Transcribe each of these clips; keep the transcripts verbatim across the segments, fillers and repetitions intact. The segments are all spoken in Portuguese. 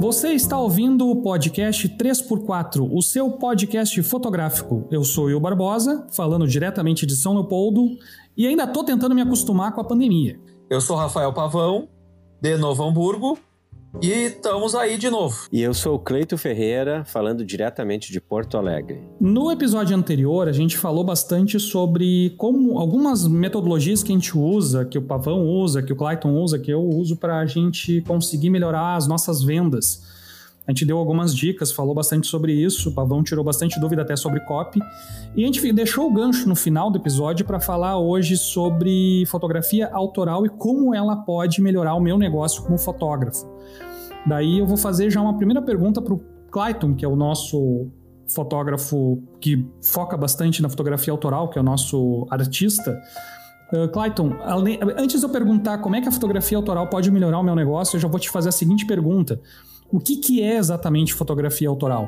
Você está ouvindo o podcast três por quatro, o seu podcast fotográfico. Eu sou Will Barbosa, falando diretamente de São Leopoldo, e ainda estou tentando me acostumar com a pandemia. Eu sou Rafael Pavão, de Novo Hamburgo, e estamos aí de novo. E eu sou o Cleito Ferreira, falando diretamente de Porto Alegre. No episódio anterior, a gente falou bastante sobre como algumas metodologias que a gente usa, que o Pavão usa, que o Clayton usa, que eu uso para a gente conseguir melhorar as nossas vendas. A gente deu algumas dicas, falou bastante sobre isso, o Pavão tirou bastante dúvida até sobre copy, e a gente deixou o gancho no final do episódio para falar hoje sobre fotografia autoral e como ela pode melhorar o meu negócio como fotógrafo. Daí eu vou fazer já uma primeira pergunta para o Clayton, que é o nosso fotógrafo que foca bastante na fotografia autoral, que é o nosso artista. Uh, Clayton, além, antes de eu perguntar como é que a fotografia autoral pode melhorar o meu negócio, eu já vou te fazer a seguinte pergunta. O que, que é exatamente fotografia autoral?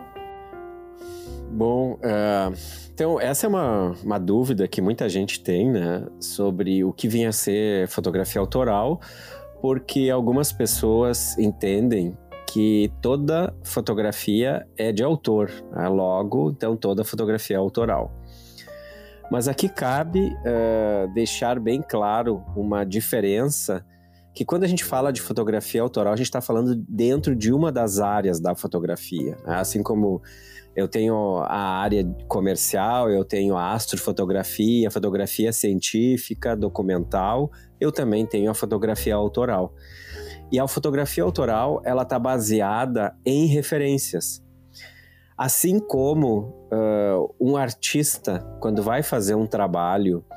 Bom, uh, então essa é uma, uma dúvida que muita gente tem, né, sobre o que vinha a ser fotografia autoral, porque algumas pessoas entendem que toda fotografia é de autor, né? Logo, então toda fotografia é autoral. Mas aqui cabe uh, deixar bem claro uma diferença, que quando a gente fala de fotografia autoral, a gente está falando dentro de uma das áreas da fotografia, né? Assim como eu tenho a área comercial, eu tenho a astrofotografia, a fotografia científica, documental, eu também tenho a fotografia autoral. E a fotografia autoral, ela está baseada em referências. Assim como uh, um artista, quando vai fazer um trabalho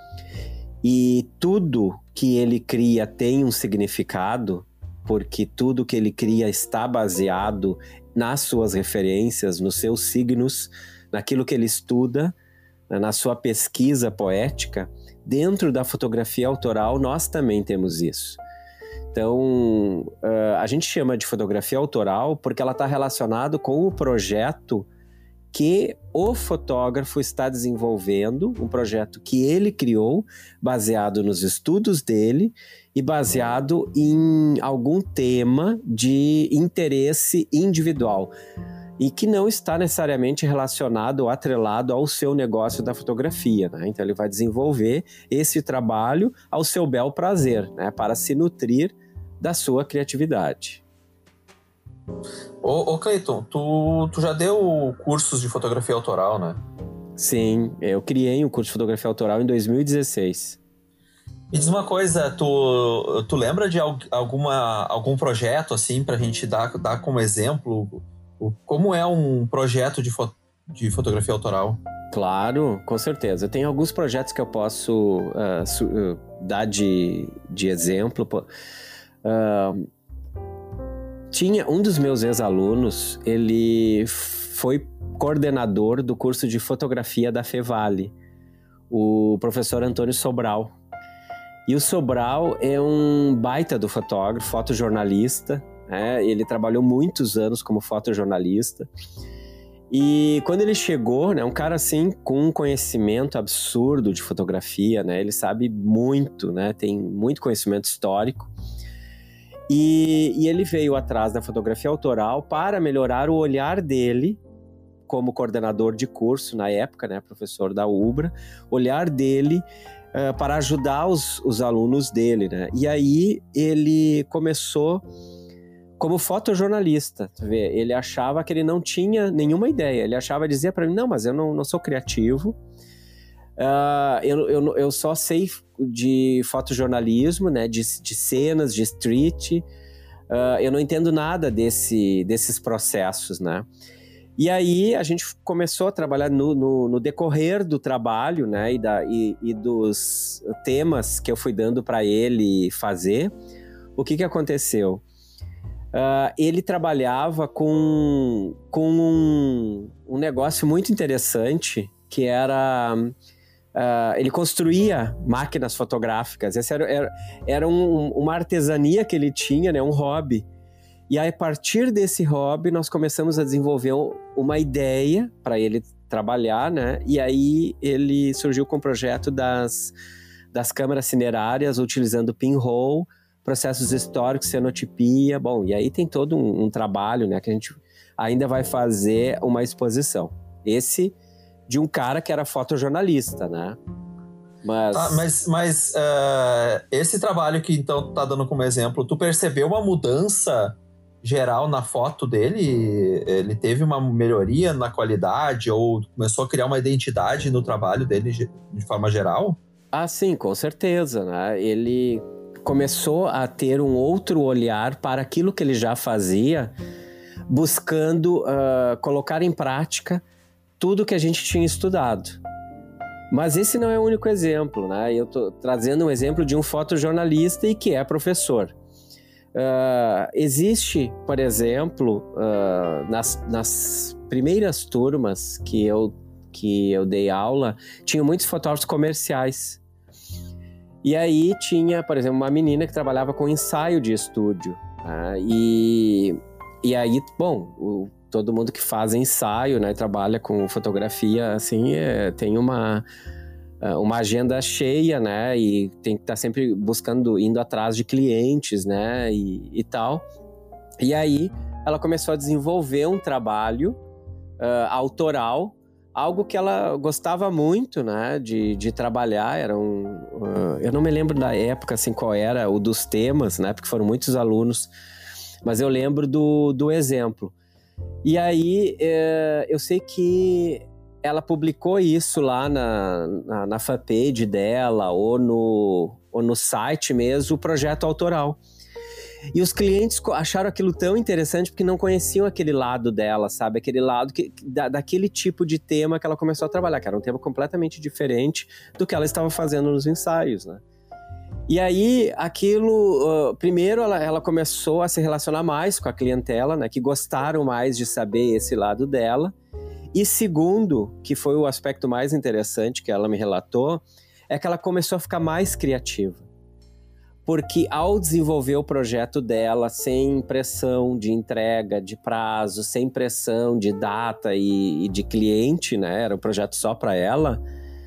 e tudo que ele cria tem um significado, porque tudo que ele cria está baseado nas suas referências, nos seus signos, naquilo que ele estuda, na sua pesquisa poética. Dentro da fotografia autoral, nós também temos isso. Então, uh, a gente chama de fotografia autoral porque ela está relacionada com o projeto que o fotógrafo está desenvolvendo, um projeto que ele criou, baseado nos estudos dele e baseado em algum tema de interesse individual e que não está necessariamente relacionado ou atrelado ao seu negócio da fotografia, né? Então ele vai desenvolver esse trabalho ao seu bel prazer, né? Para se nutrir da sua criatividade. Ô, ô Cleiton, tu, tu já deu cursos de fotografia autoral, né? Sim, eu criei um curso de fotografia autoral em dois mil e dezesseis. Me diz uma coisa, tu, tu lembra de alguma, algum projeto, assim, pra gente dar, dar como exemplo o, como é um projeto de, fo, de fotografia autoral? Claro, com certeza. Eu tenho alguns projetos que eu posso uh, su, uh, dar de, de exemplo. Uh, Tinha um dos meus ex-alunos, ele foi coordenador do curso de fotografia da Fevale, o professor Antônio Sobral. E o Sobral é um baita do fotógrafo, fotojornalista, né? Ele trabalhou muitos anos como fotojornalista. E quando ele chegou, né, um cara assim com um conhecimento absurdo de fotografia, né? Ele sabe muito, né? Tem muito conhecimento histórico. E, e ele veio atrás da fotografia autoral para melhorar o olhar dele como coordenador de curso na época, né, professor da UBRA, olhar dele uh, para ajudar os, os alunos dele, né? E aí ele começou como fotojornalista, tu vê, ele achava que ele não tinha nenhuma ideia, ele achava, dizia para mim, não, mas eu não, não sou criativo, Uh, eu, eu, eu só sei de fotojornalismo, né, de, de cenas, de street, uh, eu não entendo nada desse, desses processos, né. E aí a gente começou a trabalhar no, no, no decorrer do trabalho, né, e, da, e, e dos temas que eu fui dando para ele fazer. O que que aconteceu? Uh, ele trabalhava com, com um, um negócio muito interessante, que era... Uh, ele construía máquinas fotográficas. Essa era, era, era um, uma artesania que ele tinha, né, um hobby. E aí, a partir desse hobby, nós começamos a desenvolver uma ideia para ele trabalhar, né? E aí ele surgiu com o projeto das, das câmeras cinerárias, utilizando pinhole, processos históricos, cenotipia, bom, e aí tem todo um, um trabalho, né, que a gente ainda vai fazer uma exposição. Esse de um cara que era fotojornalista, né? Mas, ah, mas, mas uh, esse trabalho que então tu tá dando como exemplo, tu percebeu uma mudança geral na foto dele? Ele teve uma melhoria na qualidade ou começou a criar uma identidade no trabalho dele de forma geral? Ah, sim, com certeza, né? Ele começou a ter um outro olhar para aquilo que ele já fazia, buscando uh, colocar em prática tudo que a gente tinha estudado. Mas esse não é o único exemplo, né? Eu estou trazendo um exemplo de um fotojornalista e que é professor. Uh, existe, por exemplo, uh, nas, nas primeiras turmas que eu, que eu dei aula, tinha muitos fotógrafos comerciais. E aí tinha, por exemplo, uma menina que trabalhava com ensaio de estúdio. Tá? E, e aí, bom, o, todo mundo que faz ensaio, né, trabalha com fotografia, assim, é, tem uma... uma agenda cheia, né, e tem que estar sempre buscando, indo atrás de clientes, né, e, e tal. E aí ela começou a desenvolver um trabalho uh, autoral, algo que ela gostava muito, né, de, de trabalhar. Era um, uh, eu não me lembro da época, assim, qual era o dos temas, né, porque foram muitos alunos, mas eu lembro do, do exemplo. E aí uh, eu sei que ela publicou isso lá na, na, na fanpage dela ou no, ou no site mesmo, o projeto autoral. E os clientes acharam aquilo tão interessante porque não conheciam aquele lado dela, sabe? Aquele lado que, da, daquele tipo de tema que ela começou a trabalhar, que era um tema completamente diferente do que ela estava fazendo nos ensaios, né? E aí, aquilo... Uh, primeiro, ela, ela começou a se relacionar mais com a clientela, né? Que gostaram mais de saber esse lado dela. E segundo, que foi o aspecto mais interessante que ela me relatou, é que ela começou a ficar mais criativa. Porque ao desenvolver o projeto dela sem pressão de entrega, de prazo, sem pressão de data e, e de cliente, né? Era um projeto só para ela,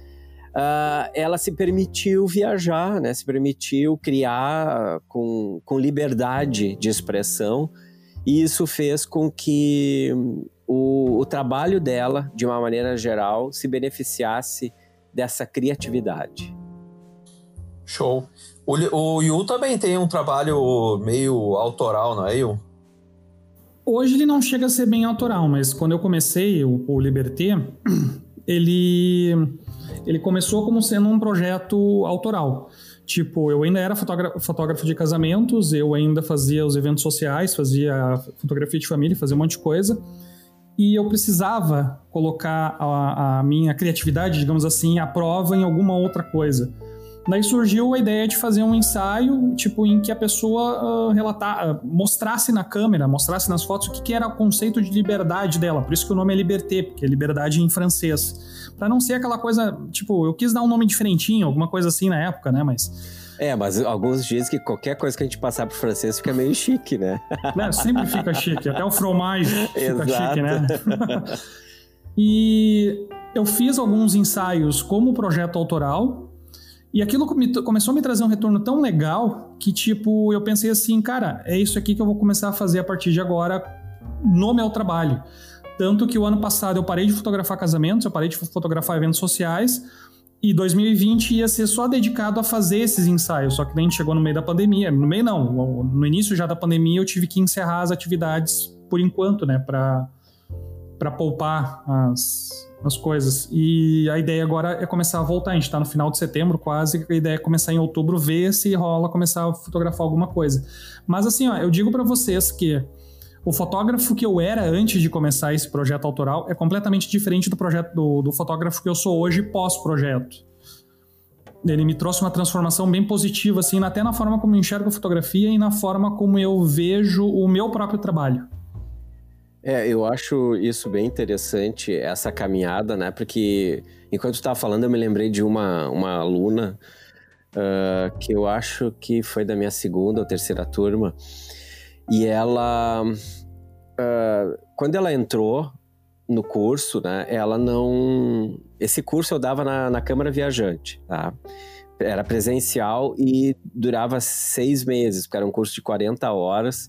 uh, ela se permitiu viajar, né? Se permitiu criar com, com liberdade de expressão, e isso fez com que o, o trabalho dela, de uma maneira geral, se beneficiasse dessa criatividade. Show. O, o Yu também tem um trabalho meio autoral, não é, Yu? Hoje ele não chega a ser bem autoral, mas quando eu comecei o, o Liberté, ele, ele começou como sendo um projeto autoral. Tipo, eu ainda era fotógrafo, fotógrafo de casamentos, eu ainda fazia os eventos sociais, fazia fotografia de família, fazia um monte de coisa. E eu precisava colocar a, a minha criatividade, digamos assim, à prova em alguma outra coisa. Daí surgiu a ideia de fazer um ensaio, tipo, em que a pessoa uh, relatar, uh, mostrasse na câmera, mostrasse nas fotos o que, que era o conceito de liberdade dela. Por isso que o nome é Liberté, porque é liberdade em francês. Pra não ser aquela coisa, tipo, eu quis dar um nome diferentinho, alguma coisa assim na época, né, mas... É, mas alguns dizem que qualquer coisa que a gente passar pro francês fica meio chique, né? É, sempre fica chique, até o fromage fica Exato. chique, né? E eu fiz alguns ensaios como projeto autoral, e aquilo começou a me trazer um retorno tão legal que, tipo, eu pensei assim, cara, é isso aqui que eu vou começar a fazer a partir de agora no meu trabalho. Tanto que o ano passado eu parei de fotografar casamentos, eu parei de fotografar eventos sociais, e dois mil e vinte ia ser só dedicado a fazer esses ensaios, só que daí a gente chegou no meio da pandemia. No meio não, no início já da pandemia eu tive que encerrar as atividades por enquanto, né, pra, pra poupar as... as coisas. E a ideia agora é começar a voltar. A gente tá no final de setembro quase, a ideia é começar em outubro, ver se rola começar a fotografar alguma coisa. Mas assim, ó, eu digo pra vocês que o fotógrafo que eu era antes de começar esse projeto autoral é completamente diferente do projeto do, do fotógrafo que eu sou hoje pós-projeto. Ele me trouxe uma transformação bem positiva, assim, até na forma como eu enxergo a fotografia e na forma como eu vejo o meu próprio trabalho. É, eu acho isso bem interessante, essa caminhada, né? Porque enquanto tu estava falando, eu me lembrei de uma, uma aluna uh, que eu acho que foi da minha segunda ou terceira turma. E ela, uh, quando ela entrou no curso, né? Ela não... Esse curso eu dava na, na Câmara Viajante, tá? era presencial e durava seis meses, porque era um curso de quarenta horas,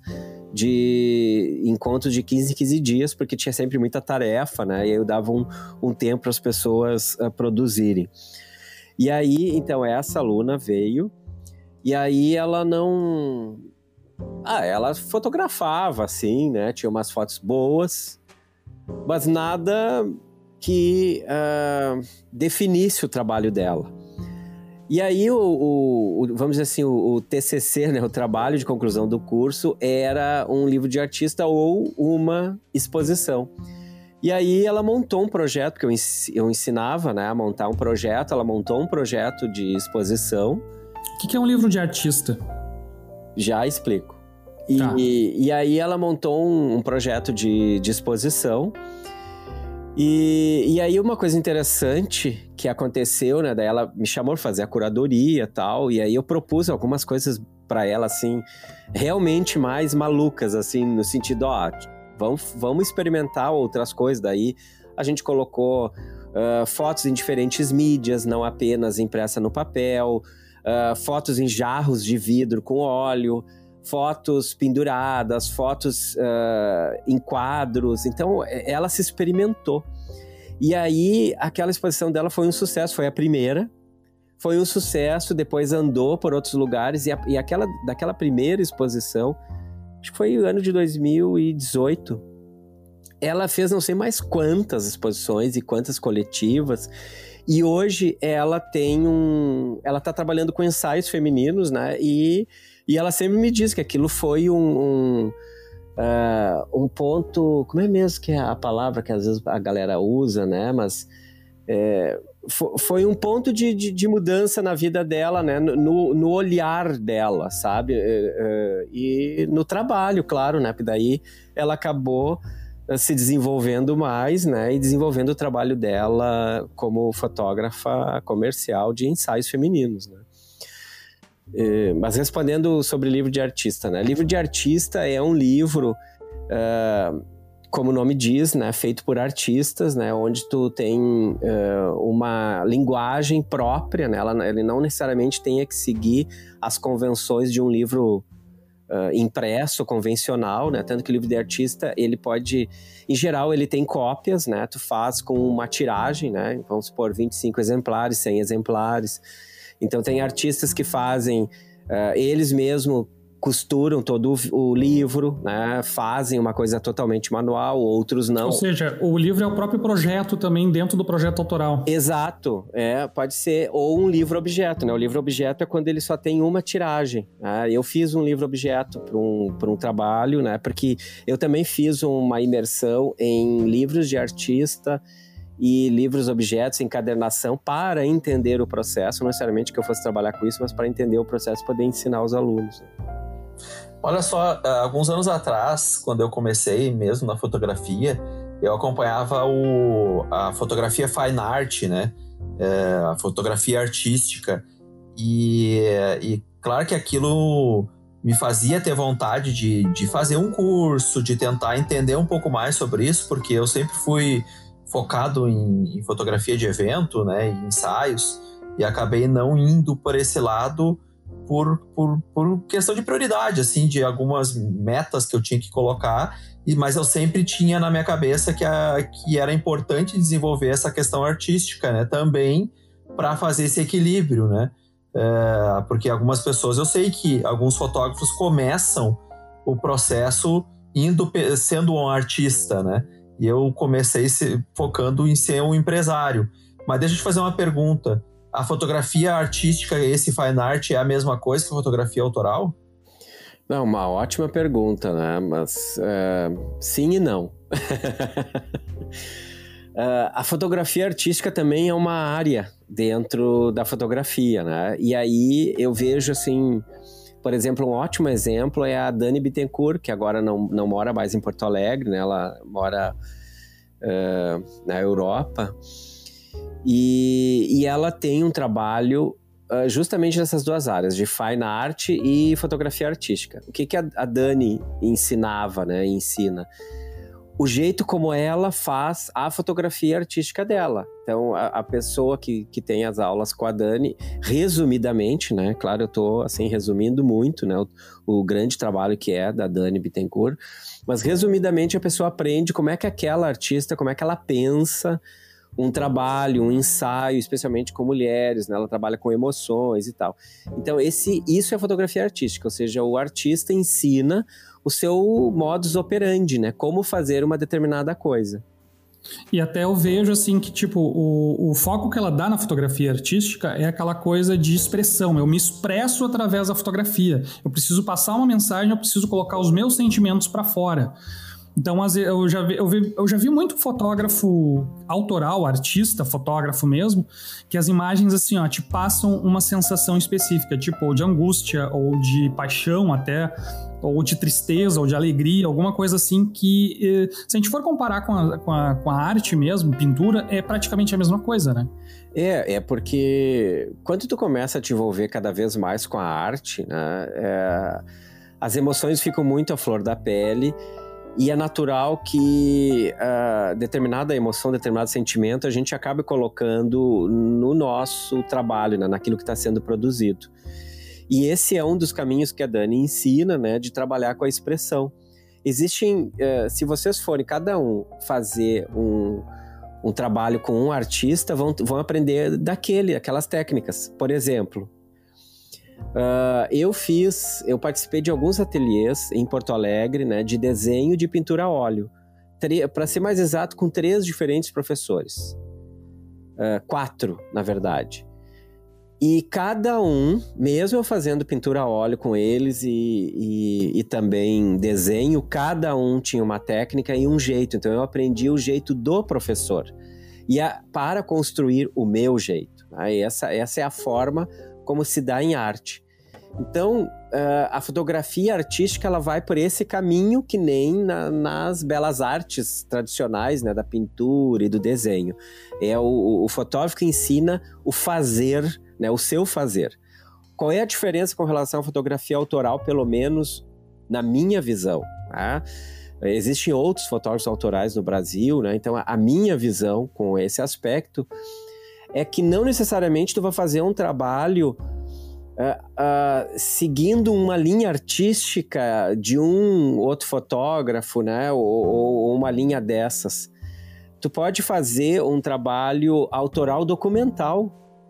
de encontro de quinze em quinze dias, porque tinha sempre muita tarefa, né? E aí eu dava um, um tempo para as pessoas uh, produzirem. E aí, então, essa aluna veio, e aí ela não... Ah, ela fotografava, assim, né? Tinha umas fotos boas, mas nada que uh, definisse o trabalho dela. E aí, o, o, o, vamos dizer assim, o, o T C C, né, o trabalho de conclusão do curso, era um livro de artista ou uma exposição. E aí ela montou um projeto, porque eu, eu ensinava, né, a montar um projeto, ela montou um projeto de exposição. O que, que é um livro de artista? Já explico. E, tá. e, e aí ela montou um, um projeto de, de exposição. E, e aí uma coisa interessante que aconteceu, né, daí ela me chamou para fazer a curadoria e tal, e aí eu propus algumas coisas para ela, assim, realmente mais malucas, assim, no sentido, ó, vamos, vamos experimentar outras coisas. Daí a gente colocou uh, fotos em diferentes mídias, não apenas impressa no papel, uh, fotos em jarros de vidro com óleo, fotos penduradas, fotos uh, em quadros. Então, ela se experimentou. E aí, aquela exposição dela foi um sucesso, foi a primeira. Foi um sucesso, depois andou por outros lugares. E, a, e aquela, daquela primeira exposição, acho que foi o ano de dois mil e dezoito, ela fez não sei mais quantas exposições e quantas coletivas. E hoje ela tem um... Ela está trabalhando com ensaios femininos, né? E... E ela sempre me diz que aquilo foi um, um, uh, um ponto... Como é mesmo que é a palavra que às vezes a galera usa, né? Mas é, foi, foi um ponto de, de, de mudança na vida dela, né? No, no olhar dela, sabe? Uh, uh, e no trabalho, claro, né? Porque daí ela acabou se desenvolvendo mais, né? E desenvolvendo o trabalho dela como fotógrafa comercial de ensaios femininos, né? É, mas respondendo sobre livro de artista, né? Livro de artista é um livro, uh, como o nome diz, né? Feito por artistas, né? Onde tu tem uh, uma linguagem própria, né? Ela, ele não necessariamente tem que seguir as convenções de um livro uh, impresso, convencional, né? Tanto que o livro de artista, ele pode... Em geral, ele tem cópias, né? Tu faz com uma tiragem, né? Vamos supor, vinte e cinco exemplares, cem exemplares... Então, tem artistas que fazem, uh, eles mesmos costuram todo o, o livro, né? Fazem uma coisa totalmente manual, outros não. Ou seja, o livro é o próprio projeto também dentro do projeto autoral. Exato, é, pode ser, ou um livro-objeto, né? O livro-objeto é quando ele só tem uma tiragem, né? Eu fiz um livro-objeto para um, para um trabalho, né? Porque eu também fiz uma imersão em livros de artista e livros objetos, encadernação, para entender o processo, não necessariamente que eu fosse trabalhar com isso, mas para entender o processo e poder ensinar os alunos. Olha só, alguns anos atrás, quando eu comecei mesmo na fotografia, eu acompanhava o, a fotografia fine art, né? É, a fotografia artística, e, e claro que aquilo me fazia ter vontade de, de fazer um curso, de tentar entender um pouco mais sobre isso, porque eu sempre fui focado em, em fotografia de evento, né, em ensaios, e acabei não indo por esse lado por, por, por questão de prioridade, assim, de algumas metas que eu tinha que colocar, e, mas eu sempre tinha na minha cabeça que, a, que era importante desenvolver essa questão artística, né, também para fazer esse equilíbrio, né, é, porque algumas pessoas, eu sei que alguns fotógrafos começam o processo indo, sendo um artista, né, e eu comecei se, focando em ser um empresário. Mas deixa eu te fazer uma pergunta. A fotografia artística, esse fine art, é a mesma coisa que a fotografia autoral? Não, uma ótima pergunta, né? Mas uh, sim e não. uh, a fotografia artística também é uma área dentro da fotografia, né? E aí eu vejo, assim... Por exemplo, um ótimo exemplo é a Dani Bittencourt, que agora não, não mora mais em Porto Alegre, né? Ela mora uh, na Europa. E, e ela tem um trabalho uh, justamente nessas duas áreas, de fine art e fotografia artística. O que, que a, a Dani ensinava, né? Ensina? o jeito como ela faz a fotografia artística dela. Então, a, a pessoa que, que tem as aulas com a Dani, resumidamente, né? Claro, eu estou assim, resumindo muito, né? O, o grande trabalho que é da Dani Bittencourt, mas resumidamente a pessoa aprende como é que aquela artista, como é que ela pensa um trabalho, um ensaio, especialmente com mulheres, né? Ela trabalha com emoções e tal. Então, esse, isso é fotografia artística, ou seja, o artista ensina o seu modus operandi, né? Como fazer uma determinada coisa. E até eu vejo, assim, que, tipo, o, o foco que ela dá na fotografia artística é aquela coisa de expressão. Eu me expresso através da fotografia. Eu preciso passar uma mensagem, eu preciso colocar os meus sentimentos para fora. Então, eu já, vi, eu, vi, eu já vi muito fotógrafo autoral, artista, fotógrafo mesmo, que as imagens, assim, ó, te passam uma sensação específica, tipo, ou de angústia, ou de paixão até, ou de tristeza, ou de alegria, alguma coisa assim que, se a gente for comparar com a, com a, com a arte mesmo, pintura, é praticamente a mesma coisa, né? É, é porque quando tu começa a te envolver cada vez mais com a arte, né, é, as emoções ficam muito à flor da pele. E é natural que uh, determinada emoção, determinado sentimento, a gente acabe colocando no nosso trabalho, né, naquilo que está sendo produzido. E esse é um dos caminhos que a Dani ensina, né, de trabalhar com a expressão. Existem, uh, se vocês forem cada um fazer um, um trabalho com um artista, vão, vão aprender daquele, aquelas técnicas. Por exemplo, Uh, eu fiz, eu participei de alguns ateliês em Porto Alegre, né, de desenho de pintura a óleo. Para ser mais exato, com três diferentes professores. Uh, quatro, na verdade. E cada um, mesmo eu fazendo pintura a óleo com eles e, e, e também desenho, cada um tinha uma técnica e um jeito. Então eu aprendi o jeito do professor. E a, para construir o meu jeito. Né? Essa, essa é a forma como se dá em arte. Então, uh, a fotografia artística ela vai por esse caminho que nem na, nas belas artes tradicionais, né, da pintura e do desenho. É o, o fotógrafo que ensina o fazer, né, o seu fazer. Qual é a diferença com relação à fotografia autoral, pelo menos na minha visão? Tá? Existem outros fotógrafos autorais no Brasil, né? Então a, a minha visão com esse aspecto é que não necessariamente tu vai fazer um trabalho uh, uh, seguindo uma linha artística de um outro fotógrafo, né? Ou, ou uma linha dessas. Tu pode fazer um trabalho autoral documental.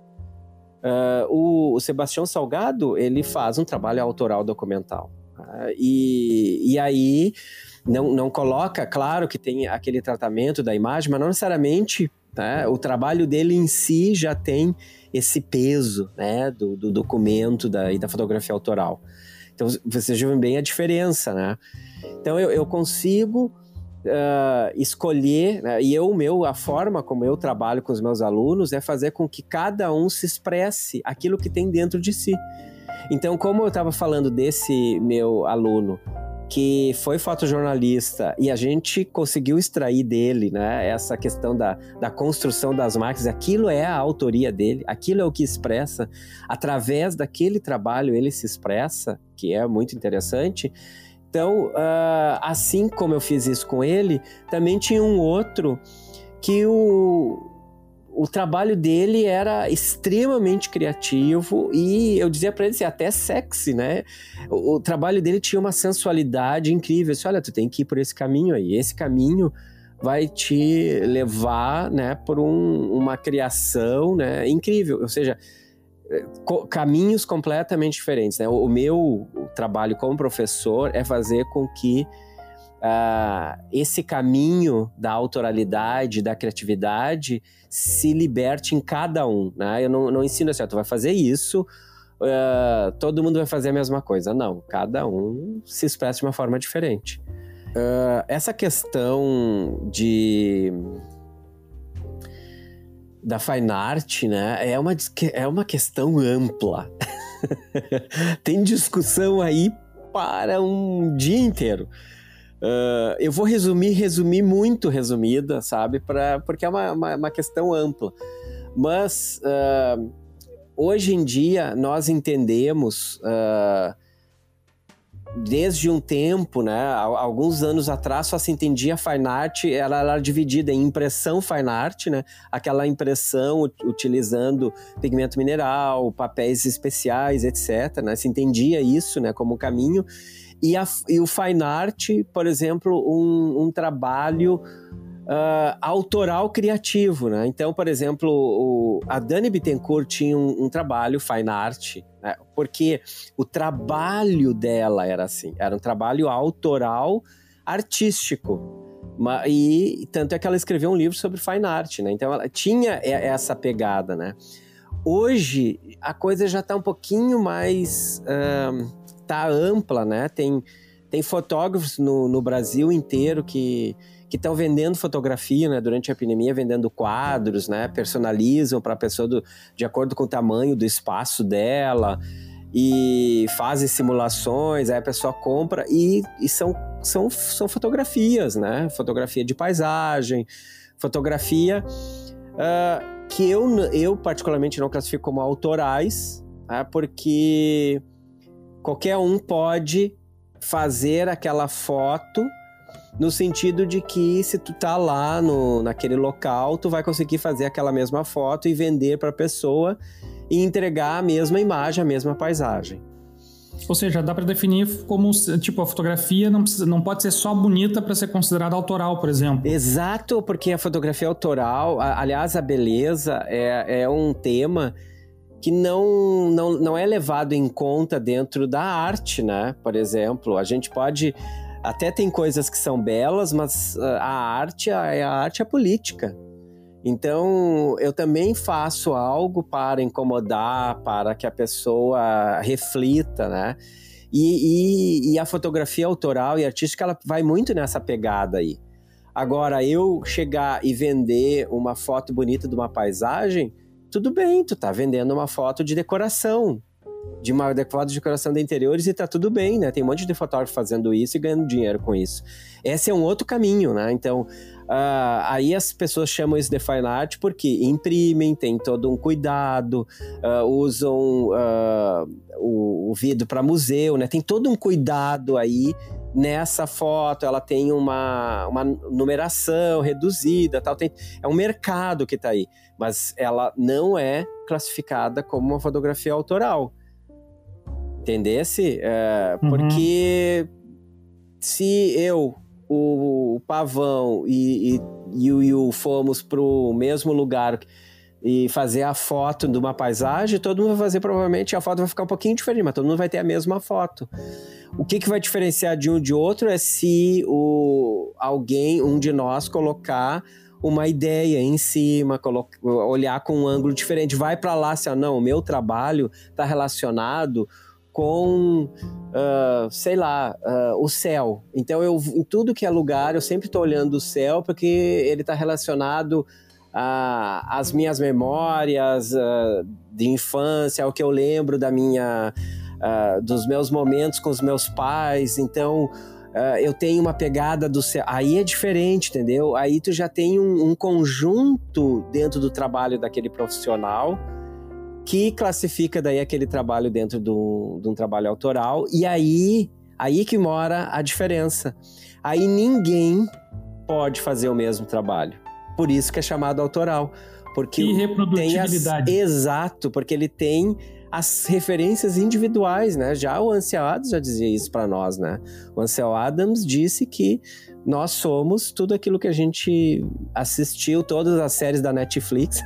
Uh, o, o Sebastião Salgado, ele faz um trabalho autoral documental. Uh, e, e aí, não, não coloca, claro que tem aquele tratamento da imagem, mas não necessariamente... Tá? O trabalho dele em si já tem esse peso, né, do, do documento da, e da fotografia autoral. Então vocês veem bem a diferença, né? Então eu, eu consigo uh, escolher, né, e eu, meu, a forma como eu trabalho com os meus alunos é fazer com que cada um se expresse aquilo que tem dentro de si. Então, como eu estava falando desse meu aluno que foi fotojornalista e a gente conseguiu extrair dele, né, essa questão da, da construção das marcas, aquilo é a autoria dele, aquilo é o que expressa, através daquele trabalho ele se expressa, que é muito interessante. Então, uh, assim como eu fiz isso com ele, também tinha um outro que o... O trabalho dele era extremamente criativo e eu dizia para ele assim, até sexy, né? O, o trabalho dele tinha uma sensualidade incrível. Eu disse, olha, tu tem que ir por esse caminho aí. Esse caminho vai te levar, né, por um, uma criação, né, incrível. Ou seja, co- caminhos completamente diferentes, né? O, o meu trabalho como professor é fazer com que Uh, esse caminho da autoralidade, da criatividade se liberte em cada um, né? Eu não, não ensino assim, ó, tu vai fazer isso, uh, todo mundo vai fazer a mesma coisa. Não, cada um se expressa de uma forma diferente. Uh, essa questão de... da fine art, né? É uma, é uma questão ampla. Tem discussão aí para um dia inteiro. Uh, eu vou resumir, resumir muito resumida, sabe? Pra, porque é uma, uma, uma questão ampla. Mas, uh, hoje em dia, nós entendemos uh, desde um tempo, né, alguns anos atrás, só se entendia fine art, ela era dividida em impressão fine art, né, aquela impressão utilizando pigmento mineral, papéis especiais, etcétera, né, se entendia isso, né, como um caminho, e, a, e o fine art, por exemplo, um, um trabalho Uh, autoral criativo, né? Então, por exemplo, o, a Dani Bittencourt tinha um, um trabalho fine art, né? Porque o trabalho dela era assim, era um trabalho autoral artístico. E tanto é que ela escreveu um livro sobre fine art, né? Então ela tinha essa pegada, né? Hoje a coisa já está um pouquinho mais uh, tá ampla, né? Tem, tem fotógrafos no, no Brasil inteiro que que estão vendendo fotografia, né, durante a epidemia, vendendo quadros, né, personalizam para a pessoa do, de acordo com o tamanho do espaço dela e fazem simulações, aí a pessoa compra e, e são, são, são fotografias, né, fotografia de paisagem, fotografia uh, que eu, eu particularmente não classifico como autorais, né, porque qualquer um pode fazer aquela foto no sentido de que se tu tá lá no, naquele local, tu vai conseguir fazer aquela mesma foto e vender para a pessoa e entregar a mesma imagem, a mesma paisagem. Ou seja, dá para definir como, tipo, a fotografia não, precisa, não pode ser só bonita para ser considerada autoral, por exemplo. Exato, porque a fotografia autoral, a, aliás, a beleza é, é um tema que não, não, não é levado em conta dentro da arte, né? Por exemplo, a gente pode... Até tem coisas que são belas, mas a arte, a, a arte é política. Então, eu também faço algo para incomodar, para que a pessoa reflita, né? E, e, e a fotografia autoral e artística, ela vai muito nessa pegada aí. Agora, eu chegar e vender uma foto bonita de uma paisagem, tudo bem, tu tá vendendo uma foto de decoração, de uma foto de decoração de interiores e tá tudo bem, né? Tem um monte de fotógrafo fazendo isso e ganhando dinheiro com isso. Esse é um outro caminho, né? Então, uh, aí as pessoas chamam isso de fine art porque imprimem, tem todo um cuidado, uh, usam uh, o, o vidro para museu, né? Tem todo um cuidado aí nessa foto, ela tem uma, uma numeração reduzida, tal. Tem, é um mercado que tá aí, mas ela não é classificada como uma fotografia autoral. Entendesse? É, uhum. Porque se eu, o, o Pavão e, e, e o Yu fomos pro mesmo lugar e fazer a foto de uma paisagem, todo mundo vai fazer, provavelmente a foto vai ficar um pouquinho diferente, mas todo mundo vai ter a mesma foto. O que, que vai diferenciar de um de outro é se o, alguém, um de nós, colocar uma ideia em cima, colocar, olhar com um ângulo diferente. Vai para lá, assim, ó, não, o meu trabalho está relacionado com, uh, sei lá, uh, o céu. Então, eu, em tudo que é lugar, eu sempre estou olhando o céu, porque ele está relacionado às minhas memórias uh, de infância, ao que eu lembro da minha, uh, dos meus momentos com os meus pais. Então, uh, eu tenho uma pegada do céu. Aí é diferente, entendeu? Aí tu já tem um, um conjunto dentro do trabalho daquele profissional que classifica daí aquele trabalho dentro do, de um trabalho autoral, e aí, aí que mora a diferença. Aí ninguém pode fazer o mesmo trabalho. Por isso que é chamado autoral. Porque e reprodutibilidade. Tem as, exato, porque ele tem as referências individuais, né? Já o Ansel Adams já dizia isso para nós, né? O Ansel Adams disse que nós somos tudo aquilo que a gente assistiu, todas as séries da Netflix,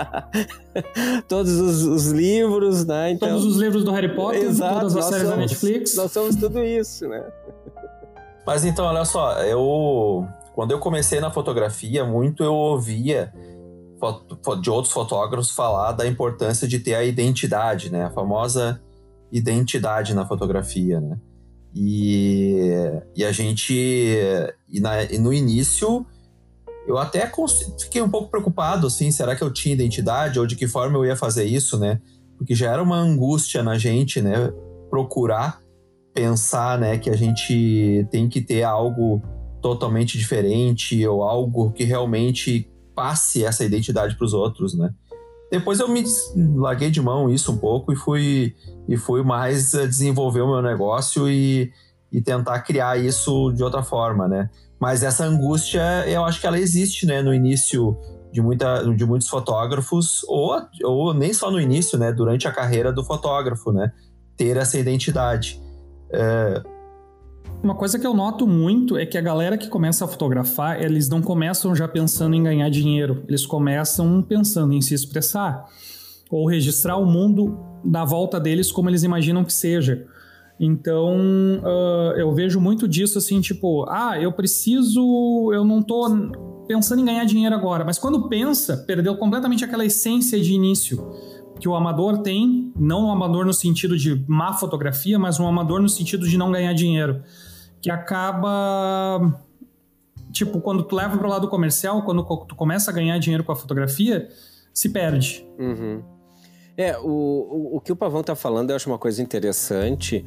todos os, os livros, né? Então, todos os livros do Harry Potter, exato, todas as séries somos, da Netflix. Nós somos tudo isso, né? Mas então, olha só, eu quando eu comecei na fotografia, muito eu ouvia de outros fotógrafos falar da importância de ter a identidade, né? A famosa identidade na fotografia, né? E, e a gente... E, na, e no início, eu até fiquei um pouco preocupado, assim, será que eu tinha identidade? Ou de que forma eu ia fazer isso, né? Porque já era uma angústia na gente, né? Procurar pensar, né? Que a gente tem que ter algo totalmente diferente ou algo que realmente passe essa identidade para os outros, né? Depois eu me larguei de mão isso um pouco e fui, e fui mais desenvolver o meu negócio e, e tentar criar isso de outra forma, né? Mas essa angústia, eu acho que ela existe, né, no início de, muita, de muitos fotógrafos, ou, ou nem só no início, né, durante a carreira do fotógrafo, né, ter essa identidade. É... Uma coisa que eu noto muito é que a galera que começa a fotografar, eles não começam já pensando em ganhar dinheiro, eles começam pensando em se expressar, ou registrar o mundo da volta deles como eles imaginam que seja. Então, uh, eu vejo muito disso assim, tipo, ah, eu preciso, eu não tô pensando em ganhar dinheiro agora, mas quando pensa, perdeu completamente aquela essência de início que o amador tem, não um amador no sentido de má fotografia, mas um amador no sentido de não ganhar dinheiro, que acaba, tipo, quando tu leva para o lado comercial, quando tu começa a ganhar dinheiro com a fotografia, se perde. Uhum. É, o, o, o que o Pavão tá falando eu acho uma coisa interessante,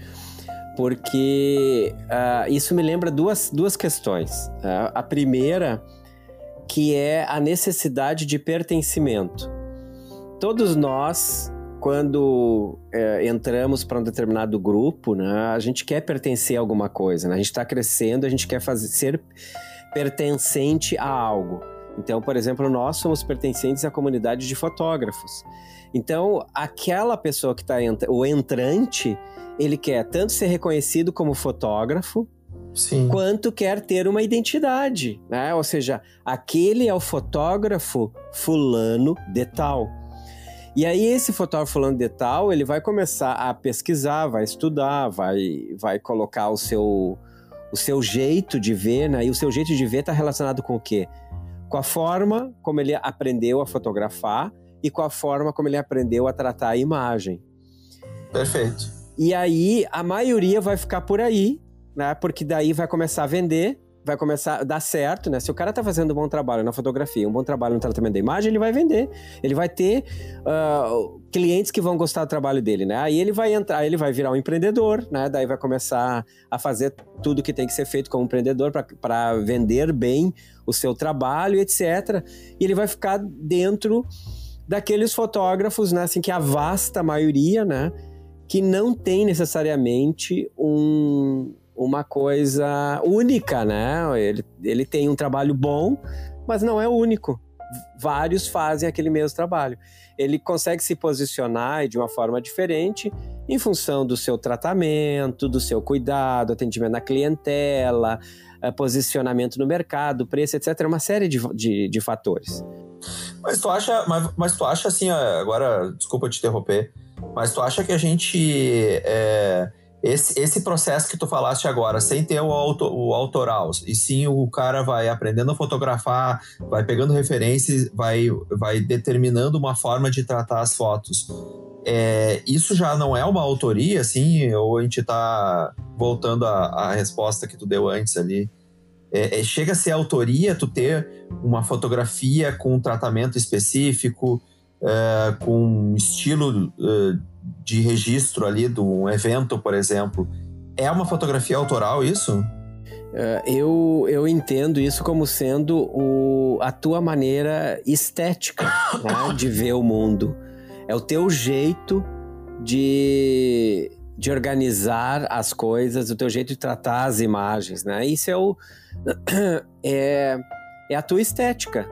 porque uh, isso me lembra duas, duas questões. Uh, a primeira, que é a necessidade de pertencimento. Todos nós, quando uh, entramos para um determinado grupo, né, a gente quer pertencer a alguma coisa, né? A gente está crescendo, a gente quer fazer, ser pertencente a algo. Então, por exemplo, nós somos pertencentes à comunidade de fotógrafos. Então, aquela pessoa que está, o entrante, ele quer tanto ser reconhecido como fotógrafo, sim, quanto quer ter uma identidade, né? Ou seja, aquele é o fotógrafo fulano de tal. E aí esse fotógrafo fulano de tal, ele vai começar a pesquisar, vai estudar, vai, vai colocar o seu, o seu jeito de ver, né? E o seu jeito de ver está relacionado com o quê? Com a forma como ele aprendeu a fotografar e com a forma como ele aprendeu a tratar a imagem. Perfeito. E aí, a maioria vai ficar por aí, né? Porque daí vai começar a vender, vai começar a dar certo, né? Se o cara tá fazendo um bom trabalho na fotografia, um bom trabalho no tratamento da imagem, ele vai vender. Ele vai ter uh, clientes que vão gostar do trabalho dele, né? Aí ele vai entrar, ele vai virar um empreendedor, né? Daí vai começar a fazer tudo que tem que ser feito como empreendedor para vender bem o seu trabalho, etcétera. E ele vai ficar dentro daqueles fotógrafos, né, assim, que a vasta maioria, né, que não tem necessariamente um, uma coisa única, né, ele, ele tem um trabalho bom, mas não é único, vários fazem aquele mesmo trabalho. Ele consegue se posicionar de uma forma diferente em função do seu tratamento, do seu cuidado, atendimento à clientela, posicionamento no mercado, preço, etcétera, uma série de, de, de fatores. Mas tu acha, mas, mas tu acha assim, agora, desculpa te interromper, mas tu acha que a gente, é, esse, esse processo que tu falaste agora, sem ter o, auto, o autoral, e sim o cara vai aprendendo a fotografar, vai pegando referências, vai, vai determinando uma forma de tratar as fotos, é, isso já não é uma autoria, assim, ou a gente tá voltando à, à resposta que tu deu antes ali? É, é, chega a ser autoria tu ter uma fotografia com um tratamento específico, é, com um estilo é, de registro ali de um evento, por exemplo. É uma fotografia autoral isso? É, eu, eu entendo isso como sendo o, a tua maneira estética, né, de ver o mundo. É o teu jeito de... de organizar as coisas, o teu jeito de tratar as imagens, né? Isso é o é, é a tua estética.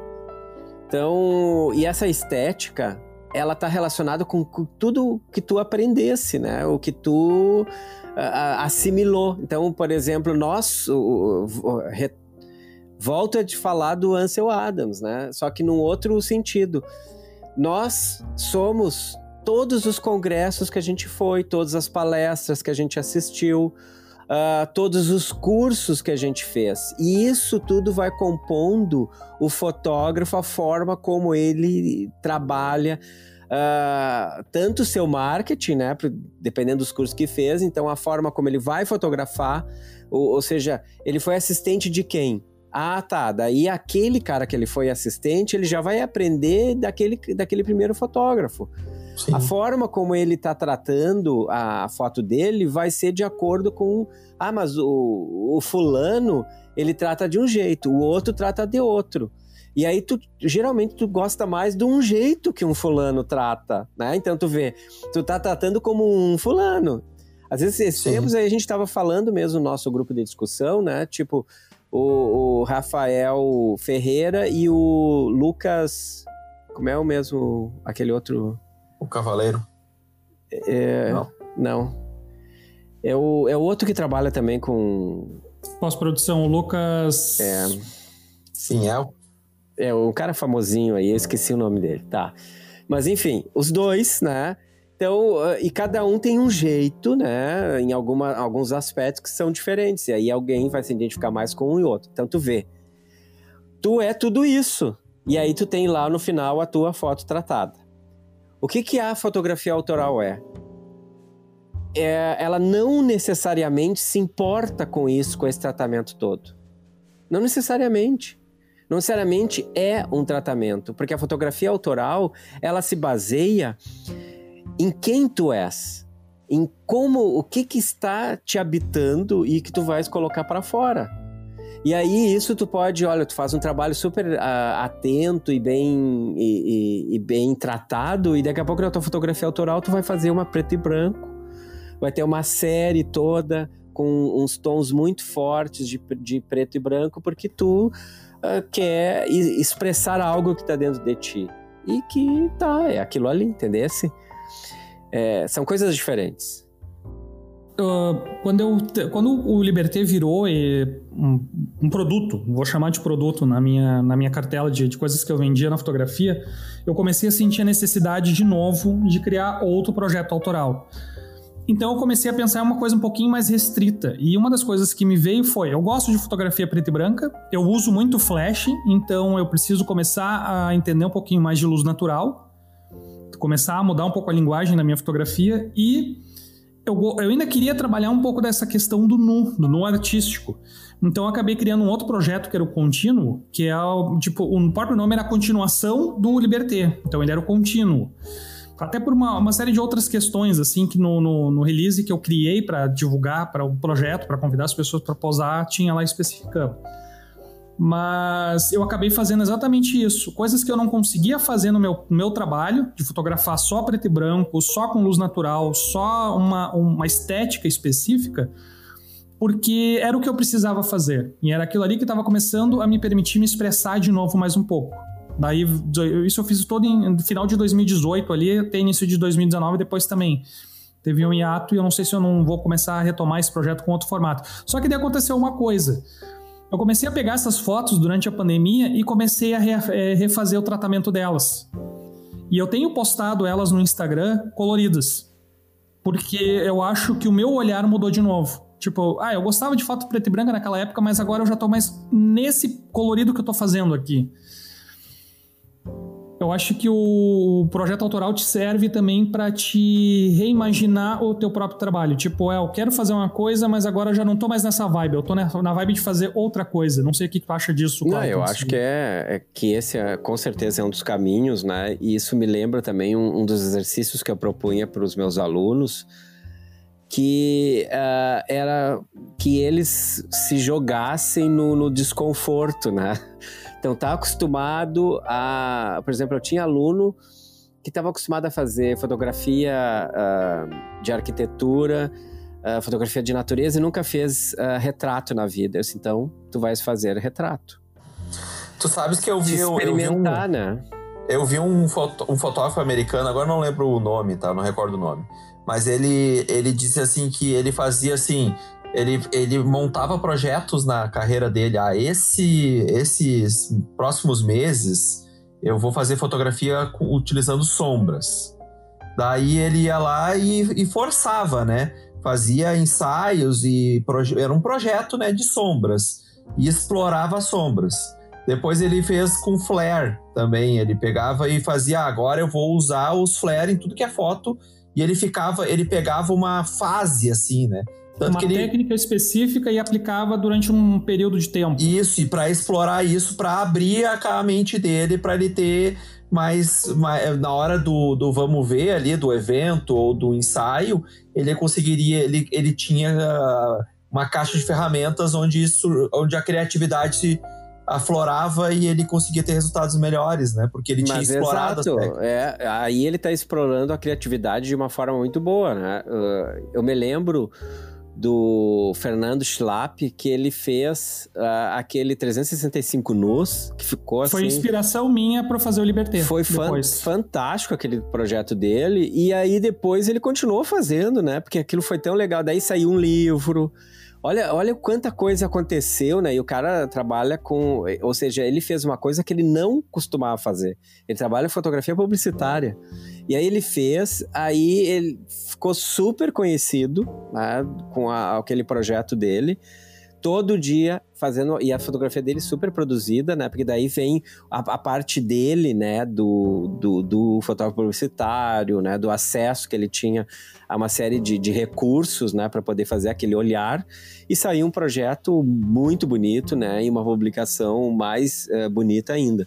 Então, e essa estética, ela tá relacionada com, com tudo que tu aprendesse, né? O que tu a, assimilou. Então, por exemplo, nós o, o, re, volto a te falar do Ansel Adams, né? Só que num outro sentido. Nós somos todos os congressos que a gente foi, todas as palestras que a gente assistiu, uh, todos os cursos que a gente fez. E isso tudo vai compondo o fotógrafo, a forma como ele trabalha, uh, tanto o seu marketing, né, dependendo dos cursos que fez, então a forma como ele vai fotografar, ou, ou seja, ele foi assistente de quem? Ah, tá, daí aquele cara que ele foi assistente, ele já vai aprender daquele, daquele primeiro fotógrafo. Sim. A forma como ele está tratando a foto dele vai ser de acordo com... Ah, mas o, o fulano, ele trata de um jeito, o outro trata de outro. E aí, tu, geralmente, tu gosta mais de um jeito que um fulano trata, né? Então, tu vê, tu tá tratando como um fulano. Às vezes, esses Sim. tempos aí a gente estava falando mesmo no nosso grupo de discussão, né? Tipo, o, o Rafael Ferreira e o Lucas... Como é o mesmo... Aquele outro... O Cavaleiro? É, não. Não. É o, é o outro que trabalha também com... Pós-produção, o Lucas... É... Sim, é o... É, um cara famosinho aí, eu esqueci o nome dele, tá. Mas enfim, os dois, né? Então, e cada um tem um jeito, né? Em alguma, alguns aspectos que são diferentes. E aí alguém vai se identificar mais com um e outro. Então tu vê. Tu é tudo isso. E aí tu tem lá no final a tua foto tratada. O que que a fotografia autoral é? É, ela não necessariamente se importa com isso, com esse tratamento todo. Não necessariamente. Não necessariamente é um tratamento, porque a fotografia autoral, ela se baseia em quem tu és, em como, o que que está te habitando e que tu vais colocar para fora. E aí isso tu pode, olha, tu faz um trabalho super uh, atento e bem, e, e, e bem tratado, e daqui a pouco na tua fotografia autoral tu vai fazer uma preto e branco, vai ter uma série toda com uns tons muito fortes de, de preto e branco, porque tu uh, quer expressar algo que está dentro de ti. E que tá, é aquilo ali, entendesse? É, são coisas diferentes. Uh, quando, eu, quando o Liberté virou e, um, um produto, vou chamar de produto na minha, na minha cartela de, de coisas que eu vendia na fotografia, eu comecei a sentir a necessidade de novo de criar outro projeto autoral. Então eu comecei a pensar em uma coisa um pouquinho mais restrita. E uma das coisas que me veio foi, eu gosto de fotografia preta e branca, eu uso muito flash, então eu preciso começar a entender um pouquinho mais de luz natural, começar a mudar um pouco a linguagem da minha fotografia e eu, eu ainda queria trabalhar um pouco dessa questão do nu, do nu artístico. Então eu acabei criando um outro projeto que era o Contínuo, que é o, tipo, o próprio nome era a continuação do Liberté, então ele era o Contínuo. Até por uma, uma série de outras questões, assim, que no, no, no release que eu criei para divulgar para o projeto, para convidar as pessoas para posar, tinha lá especificando. Mas eu acabei fazendo exatamente isso. Coisas que eu não conseguia fazer no meu, no meu trabalho, de fotografar só preto e branco, só com luz natural, só uma, uma estética específica, porque era o que eu precisava fazer. E era aquilo ali que estava começando a me permitir me expressar de novo mais um pouco. Daí, isso eu fiz todo em, no final de dois mil e dezoito ali, até início de dois mil e dezenove, depois também teve um hiato e eu não sei se eu não vou começar a retomar esse projeto com outro formato. Só que daí aconteceu uma coisa. Eu comecei a pegar essas fotos durante a pandemia e comecei a refazer o tratamento delas. E eu tenho postado elas no Instagram coloridas, porque eu acho que o meu olhar mudou de novo. Tipo, ah, eu gostava de foto preta e branca naquela época, mas agora eu já tô mais nesse colorido que eu tô fazendo aqui. Eu acho que o projeto autoral te serve também para te reimaginar o teu próprio trabalho. Tipo, é, eu quero fazer uma coisa, mas agora eu já não tô mais nessa vibe. Eu tô na vibe de fazer outra coisa. Não sei o que tu acha disso. Não, eu acho que é, é que esse é, com certeza é um dos caminhos, né? E isso me lembra também um, um dos exercícios que eu propunha para os meus alunos, que uh, era que eles se jogassem no, no desconforto, né? Então, tá acostumado a... Por exemplo, eu tinha aluno que estava acostumado a fazer fotografia uh, de arquitetura, uh, fotografia de natureza e nunca fez uh, retrato na vida. Eu disse, então, tu vais fazer retrato. Tu sabes que eu vi... experimentar, eu vi um, né? Eu vi um, foto, um fotógrafo americano, agora não lembro o nome, tá? Não recordo o nome. Mas ele, ele disse assim que ele fazia assim... Ele, ele montava projetos na carreira dele. Ah, esse, esses próximos meses eu vou fazer fotografia utilizando sombras. Daí ele ia lá e, e forçava, né? Fazia ensaios e proje- era um projeto, né, de sombras. E explorava as sombras. Depois ele fez com flare também. Ele pegava e fazia, ah, agora eu vou usar os flare em tudo que é foto. E ele ficava, ele pegava uma fase assim, né? Tanto uma que ele... técnica específica e aplicava durante um período de tempo. Isso, e para explorar isso, para abrir a mente dele, para ele ter mais, mais... Na hora do, do vamos ver ali, do evento ou do ensaio, ele conseguiria... Ele, ele tinha uma caixa de ferramentas onde, isso, onde a criatividade aflorava e ele conseguia ter resultados melhores, né? Porque ele tinha Mas explorado exato, as técnicas. é, aí ele está explorando a criatividade de uma forma muito boa, né? Uh, eu me lembro do Fernando Schlapp, que ele fez uh, aquele trezentos e sessenta e cinco nus, que ficou assim... Foi inspiração minha para fazer o Liberté. Foi fan- fantástico aquele projeto dele, e aí depois ele continuou fazendo, né? Porque aquilo foi tão legal, daí saiu um livro... Olha, olha quanta coisa aconteceu, né? E o cara trabalha com... Ou seja, ele fez uma coisa que ele não costumava fazer. Ele trabalha em fotografia publicitária. E aí ele fez, aí ele ficou super conhecido, né, com a, aquele projeto dele. Todo dia fazendo... E a fotografia dele super produzida, né? Porque daí vem a, a parte dele, né? Do, do, do fotógrafo publicitário, né? Do acesso que ele tinha a uma série de, de recursos, né? Para poder fazer aquele olhar. E saiu um projeto muito bonito, né? E uma publicação mais uh, bonita ainda.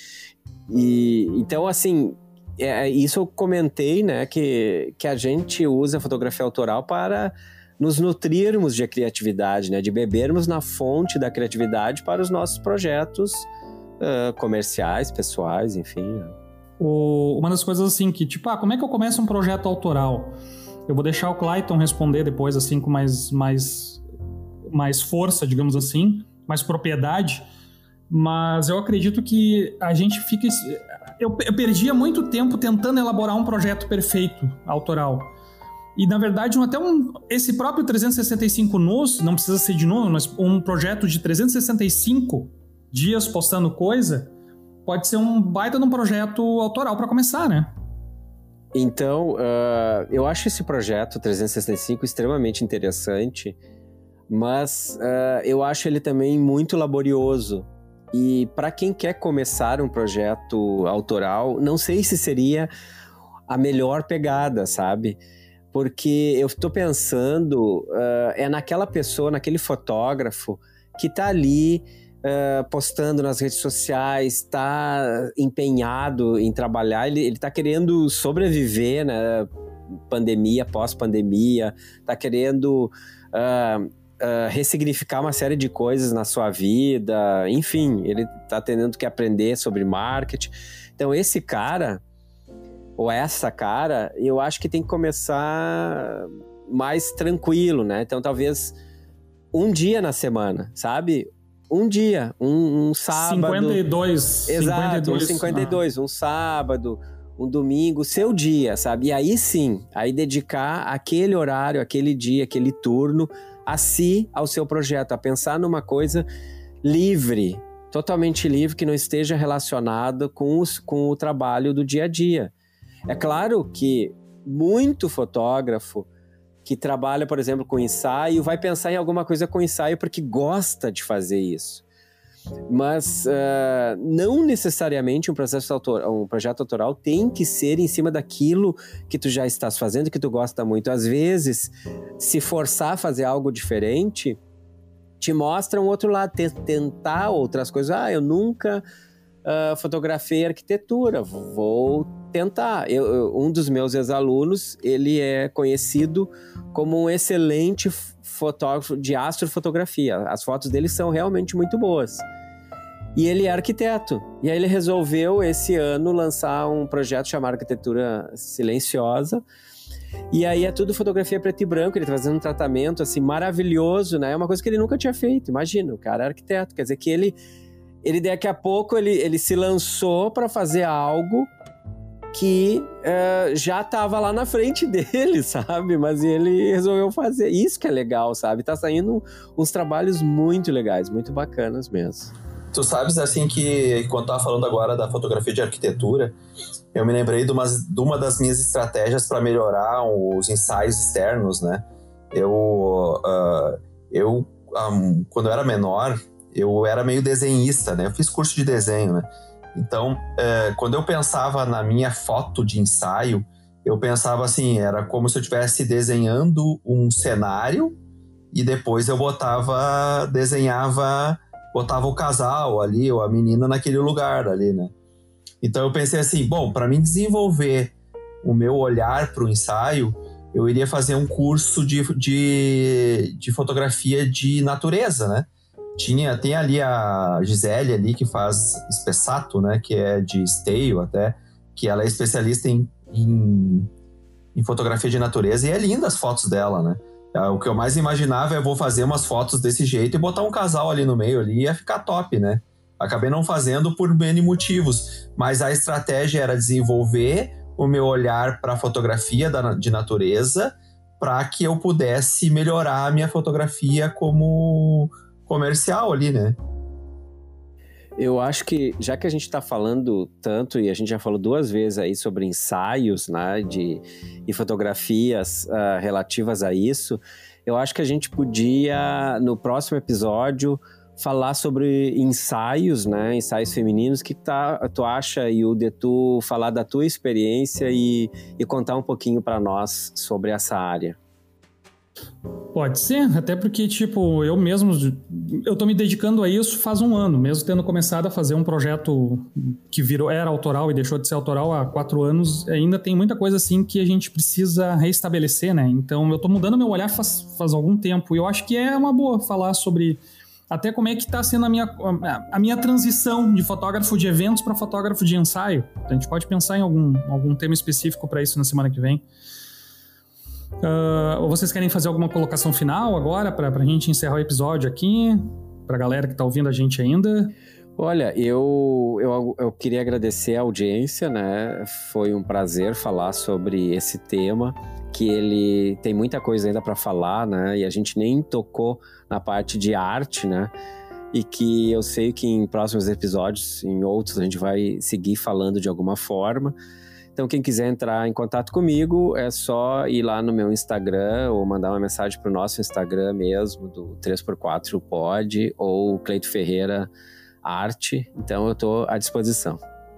E, então, assim... É, isso eu comentei, né? Que, que a gente usa a fotografia autoral para... nos nutrirmos de criatividade, né? De bebermos na fonte da criatividade para os nossos projetos uh, comerciais, pessoais, enfim. Né? O, uma das coisas assim que, tipo, ah, como é que eu começo um projeto autoral? Eu vou deixar o Clayton responder depois, assim, com mais, mais, mais força, digamos assim, mais propriedade, mas eu acredito que a gente fica... Eu, eu perdia muito tempo tentando elaborar um projeto perfeito, autoral. E, na verdade, até um, esse próprio trezentos e sessenta e cinco nus, não precisa ser de novo, mas um projeto de trezentos e sessenta e cinco dias postando coisa, pode ser um baita de um projeto autoral para começar, né? Então, uh, eu acho esse projeto trezentos e sessenta e cinco extremamente interessante, mas uh, eu acho ele também muito laborioso. E para quem quer começar um projeto autoral, não sei se seria a melhor pegada, sabe? Porque eu estou pensando, uh, é naquela pessoa, naquele fotógrafo que está ali uh, postando nas redes sociais, está empenhado em trabalhar, ele está querendo sobreviver, né? Pandemia, pós-pandemia, está querendo uh, uh, ressignificar uma série de coisas na sua vida, enfim, ele está tendo que aprender sobre marketing. Então esse cara... ou essa cara, eu acho que tem que começar mais tranquilo, né? Então, talvez um dia na semana, sabe? Um dia, um, um sábado... cinquenta e dois. Exato, cinquenta e dois, um cinquenta e dois, ah. um sábado, um domingo, seu dia, sabe? E aí sim, aí dedicar aquele horário, aquele dia, aquele turno a si, ao seu projeto, a pensar numa coisa livre, totalmente livre, que não esteja relacionada com, os, com o trabalho do dia a dia. É claro que muito fotógrafo que trabalha, por exemplo, com ensaio, vai pensar em alguma coisa com ensaio porque gosta de fazer isso. Mas uh, não necessariamente um, processo autor, um projeto autoral tem que ser em cima daquilo que tu já estás fazendo, que tu gosta muito. Às vezes, se forçar a fazer algo diferente, te mostra um outro lado, tentar outras coisas. Ah, eu nunca... Uh, fotografei arquitetura, vou tentar. Eu, eu, um dos meus ex-alunos, ele é conhecido como um excelente fotógrafo de astrofotografia. As fotos dele são realmente muito boas. E ele é arquiteto. E aí ele resolveu, esse ano, lançar um projeto chamado Arquitetura Silenciosa. E aí é tudo fotografia preto e branco, ele tá fazendo um tratamento assim maravilhoso, né? É uma coisa que ele nunca tinha feito. Imagina, o cara é arquiteto, quer dizer que ele Ele, daqui a pouco, ele, ele se lançou para fazer algo que uh, já estava lá na frente dele, sabe? Mas ele resolveu fazer. Isso que é legal, sabe? Tá saindo uns trabalhos muito legais, muito bacanas mesmo. Tu sabes, assim, que quando tava falando agora da fotografia de arquitetura, eu me lembrei de uma, de uma das minhas estratégias para melhorar os ensaios externos, né? Eu, uh, eu um, quando eu era menor... eu era meio desenhista, né? Eu fiz curso de desenho, né? Então, é, quando eu pensava na minha foto de ensaio, eu pensava assim, era como se eu estivesse desenhando um cenário e depois eu botava, desenhava, botava o casal ali, ou a menina naquele lugar ali, né? Então eu pensei assim, bom, para mim desenvolver o meu olhar para o ensaio, eu iria fazer um curso de, de, de fotografia de natureza, né? Tinha, tem ali a Gisele ali que faz Spessato, né? Que é de esteio até, que ela é especialista em, em, em fotografia de natureza, e é linda as fotos dela, né? O que eu mais imaginava é eu vou fazer umas fotos desse jeito e botar um casal ali no meio ali, ia ficar top, né? Acabei não fazendo por N motivos, mas a estratégia era desenvolver o meu olhar para a fotografia da, de natureza, para que eu pudesse melhorar a minha fotografia como comercial ali, né? Eu acho que, já que a gente está falando tanto, e a gente já falou duas vezes aí sobre ensaios, né, de, e fotografias uh, relativas a isso, eu acho que a gente podia, no próximo episódio, falar sobre ensaios, né, ensaios femininos, que tá, tu acha, Hilde, tu falar da tua experiência e, e contar um pouquinho para nós sobre essa área. Pode ser, até porque, tipo, eu mesmo, eu tô me dedicando a isso faz um ano, mesmo tendo começado a fazer um projeto que virou, era autoral e deixou de ser autoral há quatro anos, ainda tem muita coisa, assim, que a gente precisa reestabelecer, né? Então, eu tô mudando meu olhar faz, faz algum tempo, e eu acho que é uma boa falar sobre até como é que tá sendo a minha, a minha transição de fotógrafo de eventos para fotógrafo de ensaio. A gente pode pensar em algum, algum tema específico para isso na semana que vem. Uh, ou vocês querem fazer alguma colocação final agora para a gente encerrar o episódio aqui, para a galera que está ouvindo a gente ainda? Olha, eu, eu, eu queria agradecer a audiência, né? Foi um prazer falar sobre esse tema, que ele tem muita coisa ainda para falar, né? E a gente nem tocou na parte de arte, né? E que eu sei que em próximos episódios, em outros, a gente vai seguir falando de alguma forma. Então, quem quiser entrar em contato comigo, é só ir lá no meu Instagram ou mandar uma mensagem para o nosso Instagram mesmo, do três por quatro Pod, ou Cleito Ferreira Arte. Então, eu estou à disposição.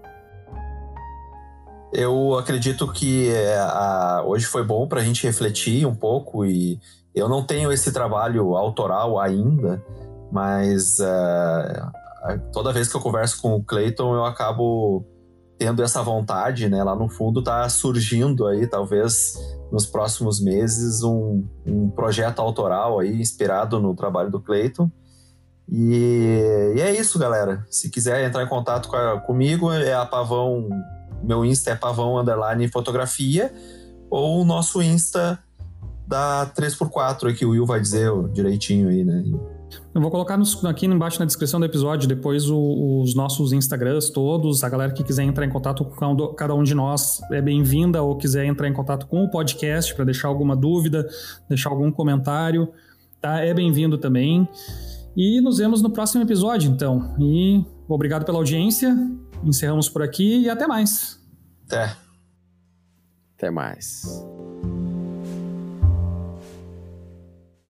Eu acredito que é, a, hoje foi bom para a gente refletir um pouco, e eu não tenho esse trabalho autoral ainda, mas uh, toda vez que eu converso com o Cleiton, eu acabo tendo essa vontade, né? Lá no fundo tá surgindo aí, talvez nos próximos meses, um, um projeto autoral aí, inspirado no trabalho do Cleiton. E, e é isso, galera. Se quiser entrar em contato com a, comigo, é a Pavão, meu Insta é Pavão Underline Fotografia, ou o nosso Insta da três por quatro, aí que o Will vai dizer direitinho aí, né? Eu vou colocar nos, aqui embaixo na descrição do episódio depois o, os nossos Instagrams todos. A galera que quiser entrar em contato com cada um de nós é bem-vinda, ou quiser entrar em contato com o podcast para deixar alguma dúvida, deixar algum comentário, tá? É bem-vindo também. E nos vemos no próximo episódio, então. E obrigado pela audiência. Encerramos por aqui e até mais. Até. Até mais.